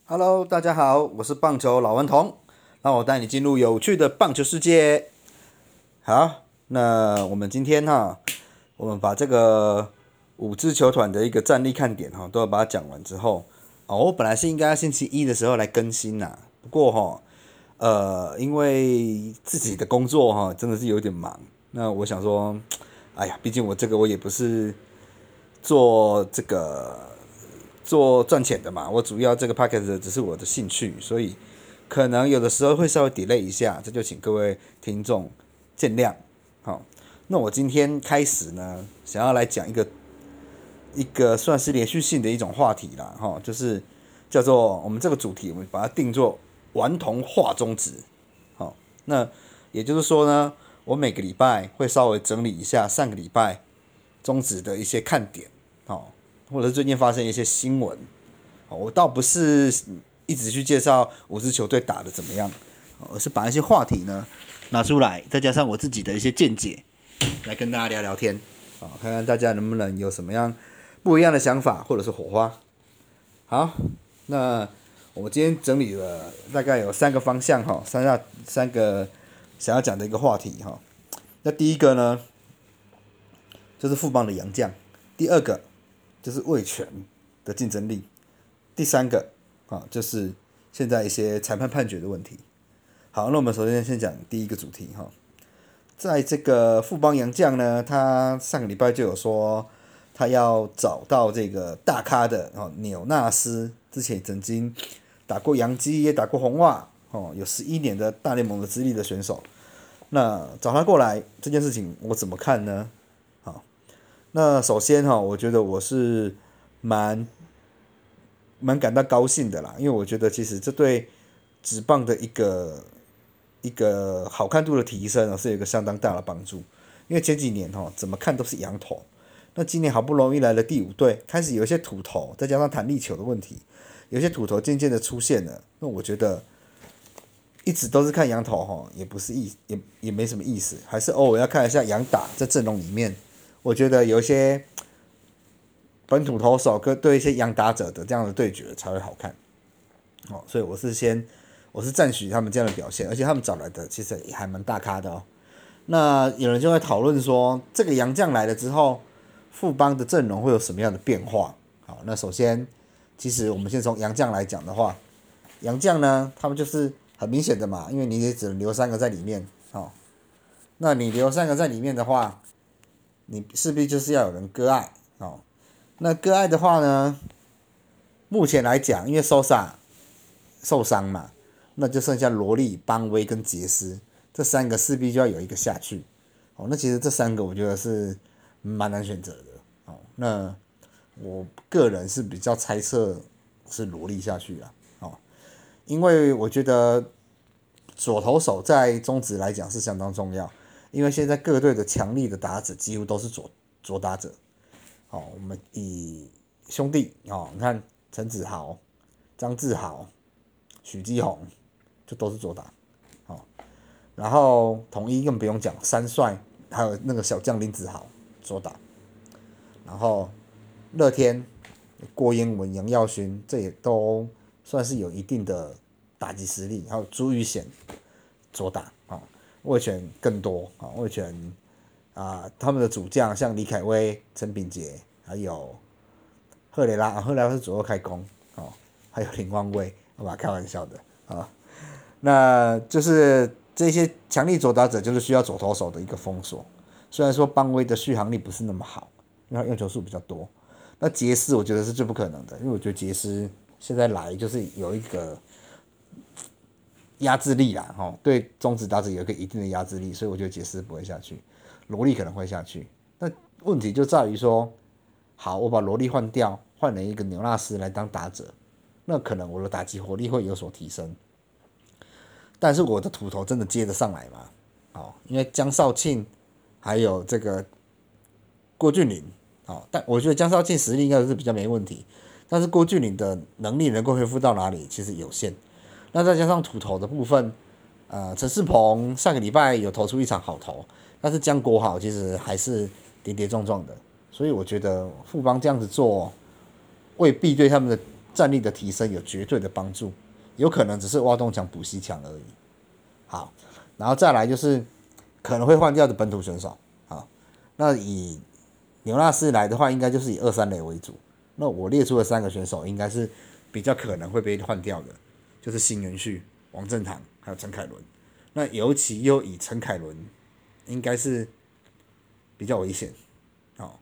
Hello，大家好，我是棒球老顽童，让我带你进入有趣的棒球世界。好，那我们今天我们把这个5支球团的一个战力看点都要把它讲完之后，我本来是应该星期一的时候来更新啦，不过因为自己的工作真的是有点忙，那我想说，哎呀，毕竟我也不是做这个做赚钱的嘛，我主要这个 podcast 只是我的兴趣，所以可能有的时候会稍微 delay 一下，这就请各位听众见谅。好，那我今天开始呢，想要来讲一个算是连续性的一种话题啦，就是叫做我们这个主题，我们把它定做顽童话中指。好，那也就是说呢，我每个礼拜会稍微整理一下上个礼拜中指的一些看点，或者是最近发生一些新闻。我倒不是一直去介绍5支球队打得怎么样，而是把一些话题呢拿出来，再加上我自己的一些见解，来跟大家聊聊天，看看大家能不能有什么样不一样的想法或者是火花。好，那我们今天整理了大概有3个方向三个想要讲的一个话题那第一个呢，就是富邦的洋将；第二个就是味全的竞争力；第三个就是现在一些裁判判决的问题。好，那我们首先先讲第一个主题在这个富邦洋将呢，他上个礼拜就有说，他要找到这个大咖的纽纳斯，之前曾经打过洋基，也打过红袜，有11年的大联盟的资历的选手。那找他过来这件事情，我怎么看呢？好，那首先我觉得我是蛮感到高兴的啦，因为我觉得其实这对职棒的一个好看度的提升是有一个相当大的帮助。因为前几年怎么看都是洋头，那今年好不容易来了第5队，开始有一些土头，再加上弹力球的问题，有些土头渐渐的出现了。那我觉得一直都是看洋头也不是也没什么意思，还是偶尔要看一下洋打在阵容里面。我觉得有一些本土投手跟对一些洋打者的这样的对决才会好看。所以我是赞许他们这样的表现，而且他们找来的其实也还蛮大咖的。那有人就会讨论说，这个洋将来了之后，富邦的阵容会有什么样的变化？好，那首先，其实我们先从洋将来讲的话，洋将呢，他们就是很明显的嘛，因为你也只能留3个在里面，那你留3个在里面的话，你势必就是要有人割爱，那割爱的话呢，目前来讲，因为Sosa受伤嘛，那就剩下罗力、邦威跟杰斯这3个势必就要有一个下去。那其实这3个我觉得是蛮难选择的。那我个人是比较猜测是罗力下去啦。因为我觉得左投手在中职来讲是相当重要，因为现在各队的强力的打者几乎都是左打者。我们以兄弟你看陈子豪、张志豪、许基宏就都是左打，然后统一更不用讲，三帅还有那个小将林子豪左打，然后乐天郭彦文、杨耀勋这也都算是有一定的打击实力，还有朱玉贤左打味全更多味全他们的主将像李凯威、陈炳杰，还有赫雷拉，赫雷拉是左右开弓还有林光卫，我把它开玩笑的那就是这些强力左打者就是需要左投手的一个封锁。虽然说邦威的续航力不是那么好，因为他用球数比较多。那杰斯我觉得是最不可能的，因为我觉得杰斯现在来就是有一个压制力啦，对中职打者有一个一定的压制力，所以我觉得杰斯不会下去，罗力可能会下去。那问题就在于说，好，我把罗力换掉，换了一个纽纳斯来当打者，那可能我的打击火力会有所提升，但是我的土头真的接得上来吗？因为江少庆还有这个郭俊麟，但我觉得江少庆实力应该是比较没问题，但是郭俊麟的能力能够恢复到哪里其实有限。那再加上土头的部分，陈世鹏上个礼拜有投出一场好投，但是江国豪其实还是跌跌撞撞的，所以我觉得富邦这样子做未必对他们的战力的提升有绝对的帮助，有可能只是挖东墙补西墙而已。好，然后再来就是可能会换掉的本土选手。好，那以纽纳斯来的话，应该就是以2、3垒为主。那我列出的3个选手，应该是比较可能会被换掉的，就是辛元旭、王振堂还有陈凯伦。那尤其又以陈凯伦，应该是比较危险。哦，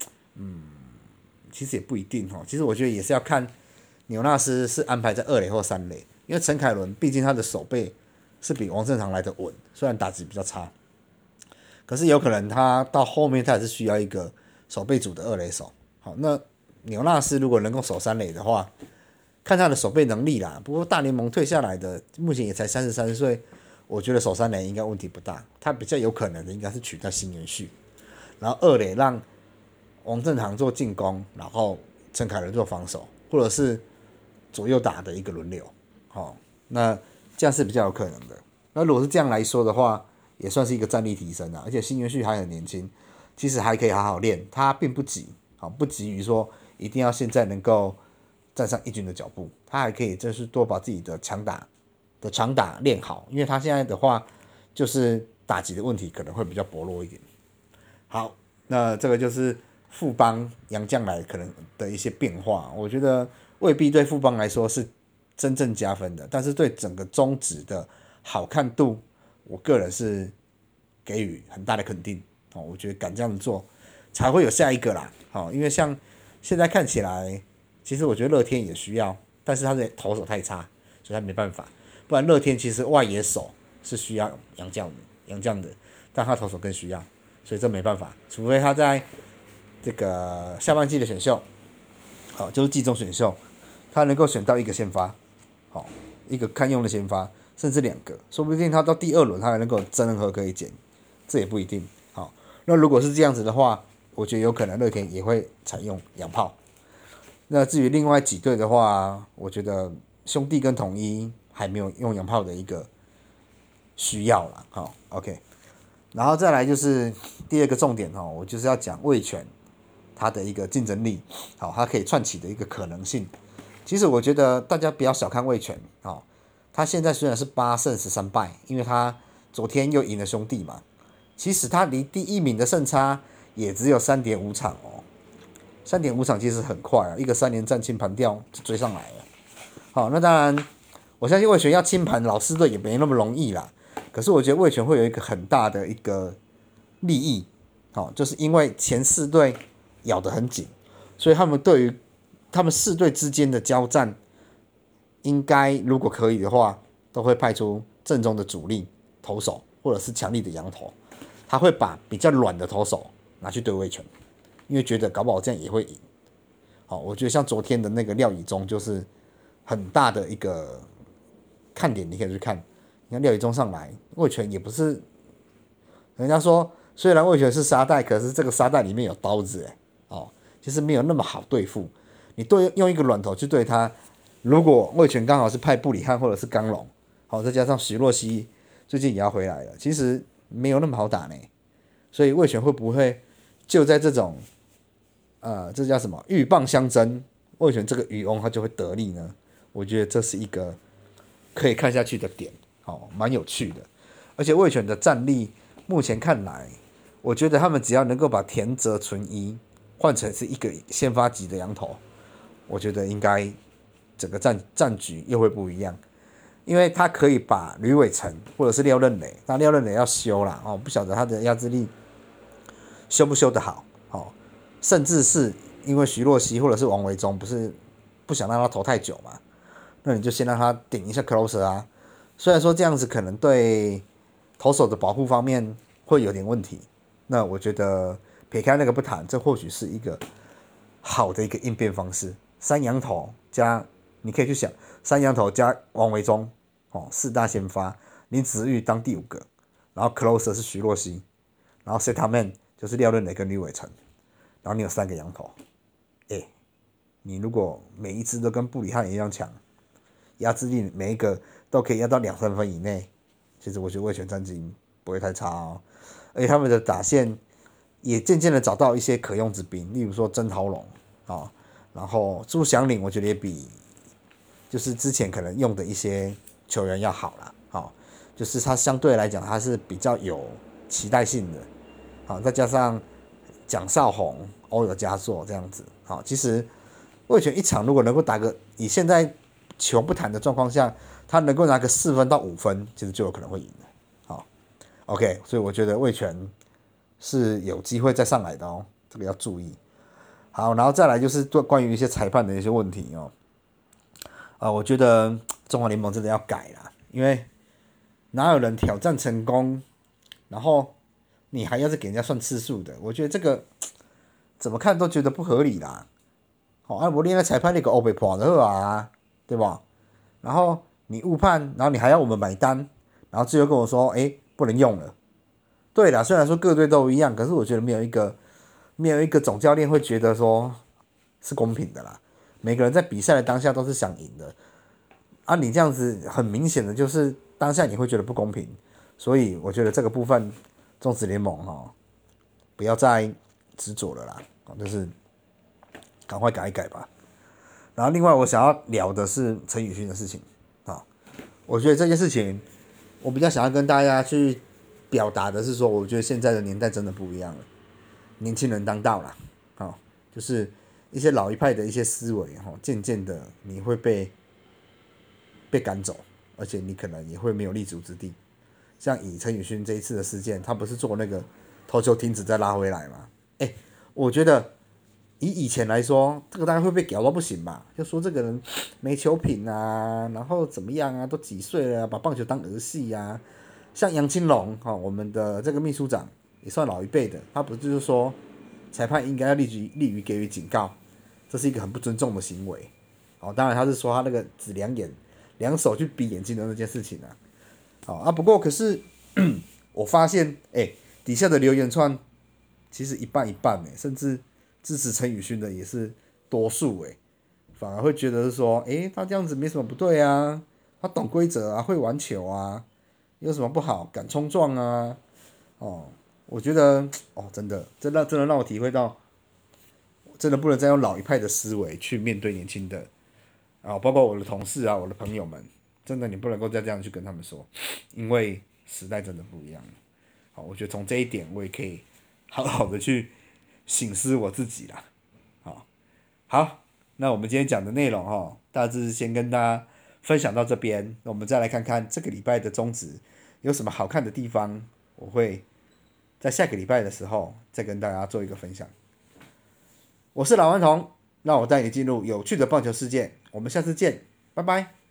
其实也不一定哦。其实我觉得也是要看纽纳斯是安排在2垒或3垒，因为陈凯伦毕竟他的手背是比王振堂来的稳，虽然打击比较差，可是有可能他到后面他也是需要一个守备组的2垒手。好，那纽纳斯如果能够守3垒的话，看他的守备能力啦。不过大联盟退下来的，目前也才33岁，我觉得守3垒应该问题不大。他比较有可能的应该是取代辛元旭，然后2垒让王振堂做进攻，然后陈凯伦做防守，或者是左右打的一个轮流。好，那这样是比较有可能的。那如果是这样来说的话，也算是一个战力提升啊。而且辛元旭还很年轻，其实还可以好好练，他并不急，好不急于说一定要现在能够站上一军的脚步，他还可以就是多把自己的长打练好，因为他现在的话就是打击的问题可能会比较薄弱一点。好，那这个就是富邦洋将来可能的一些变化，我觉得未必对富邦来说是真正加分的，但是对整个中职的好看度，我个人是给予很大的肯定。我觉得敢这样做才会有下一个啦。因为像现在看起来，其实我觉得乐天也需要，但是他的投手太差，所以他没办法。不然乐天其实外野手是需要洋将的，但他投手更需要，所以这没办法，除非他在这个下半季的选秀，就是季中选秀，他能够选到一个先发，一个堪用的先发，甚至2个，说不定他到第2轮他还能够真人和可以捡，这也不一定。那如果是这样子的话，我觉得有可能乐天也会采用洋炮。那至于另外几队的话，我觉得兄弟跟统一还没有用洋炮的一个需要啦。OK， 然后再来就是第2个重点我就是要讲味全它的一个竞争力，它可以串起的一个可能性。其实我觉得大家不要小看味全，他现在虽然是8胜13败，因为他昨天又赢了兄弟嘛，其实他离第1名的胜差也只有 3.5 场3.5场其实很快啊，一个3连战清盘掉就追上来了。好，那当然我相信味全要清盘老四队也没那么容易啦，可是我觉得味全会有一个很大的一个利益，就是因为前4队咬得很紧，所以他们对于他们4队之间的交战，应该如果可以的话，都会派出正宗的主力投手或者是强力的洋投，他会把比较软的投手拿去对味全，因为觉得搞不好这样也会赢。我觉得像昨天的那个廖以中就是很大的一个看点，你可以去看。你看廖以中上来，味全也不是，人家说虽然味全是沙袋，可是这个沙袋里面有刀子其实没有那么好对付。你用一个软头去对他，如果味全刚好是派布里汉或者是刚龙，再加上许若曦最近也要回来了，其实没有那么好打呢。所以味全会不会就在这种这叫什么鹬蚌相争，味全这个渔翁他就会得利呢？我觉得这是一个可以看下去的点，蛮有趣的。而且味全的战力目前看来，我觉得他们只要能够把田泽纯一换成是一个先发级的洋投，我觉得应该整个战局又会不一样。因为他可以把吕伟成或者是廖任磊，那廖任磊要修啦，不晓得他的压制力修不修得好，甚至是因为徐若曦或者是王维忠不想让他投太久嘛，那你就先让他顶一下 closer 啊。虽然说这样子可能对投手的保护方面会有点问题，那我觉得撇开那个不谈，这或许是一个好的一个应变方式。3洋投加你可以去想，3洋投加王维忠4大先发，林子玉当第5个，然后 closer 是徐若曦，然后 set man 就是廖任磊跟吕伟成，然后你有3个洋投，你如果每一支都跟布里汉一样强，压制力每一个都可以压到2-3分以内，其实我觉得味全战绩不会太差而且他们的打线也渐渐的找到一些可用之兵，例如说曾豪龙然后朱祥岭我觉得也比就是之前可能用的一些球员要好啦，就是他相对来讲他是比较有期待性的，再加上蒋少红、欧尔佳作这样子，其实味全一场如果能够打个以现在球不谈的状况下，他能够拿个4分到5分，其实就有可能会赢了。OK， 所以我觉得味全是有机会再上来的哦，这个要注意。好，然后再来就是关于一些裁判的一些问题我觉得中华联盟真的要改啦，因为哪有人挑战成功，然后你还要是给人家算次数的，我觉得这个怎么看都觉得不合理啦。我另外裁判那个欧北破的啊，对吧？然后你误判，然后你还要我们买单，然后最后跟我说，不能用了。对啦，虽然说各队都一样，可是我觉得没有一个总教练会觉得说是公平的啦。每个人在比赛的当下都是想赢的，你这样子很明显的就是当下你会觉得不公平，所以我觉得这个部分中职联盟不要再执着了啦，就是赶快改一改吧。然后另外我想要聊的是陈宇勋的事情我觉得这件事情我比较想要跟大家去表达的是说，我觉得现在的年代真的不一样了，年轻人当道啦，就是一些老一派的一些思维渐渐的你会被赶走，而且你可能也会没有立足之地。像以陈宇勋这一次的事件，他不是做那个投球停止再拉回来吗？我觉得以前来说，这个当然会被搞到不行吧，就说这个人没球品啊，然后怎么样啊，都几岁了，把棒球当儿戏啊。像杨金龙我们的这个秘书长也算老一辈的，他不就是说裁判应该要立于给予警告，这是一个很不尊重的行为。当然他是说他那个只两手去比眼睛的那件事情不过可是我发现底下的留言串其实一半一半甚至支持陈宇勋的也是多数反而会觉得是说他这样子没什么不对啊，他懂规则啊，会玩球啊，有什么不好，敢冲撞啊我觉得真的让我体会到，真的不能再用老一派的思维去面对年轻的包括我的同事啊，我的朋友们，真的你不能够再这样去跟他们说，因为时代真的不一样了。我觉得从这一点我也可以好好的去省思我自己啦。好，那我们今天讲的内容大致先跟大家分享到这边，那我们再来看看这个礼拜的中职有什么好看的地方，我会在下个礼拜的时候再跟大家做一个分享。我是老顽童，让我带你进入有趣的棒球世界，我们下次见，拜拜。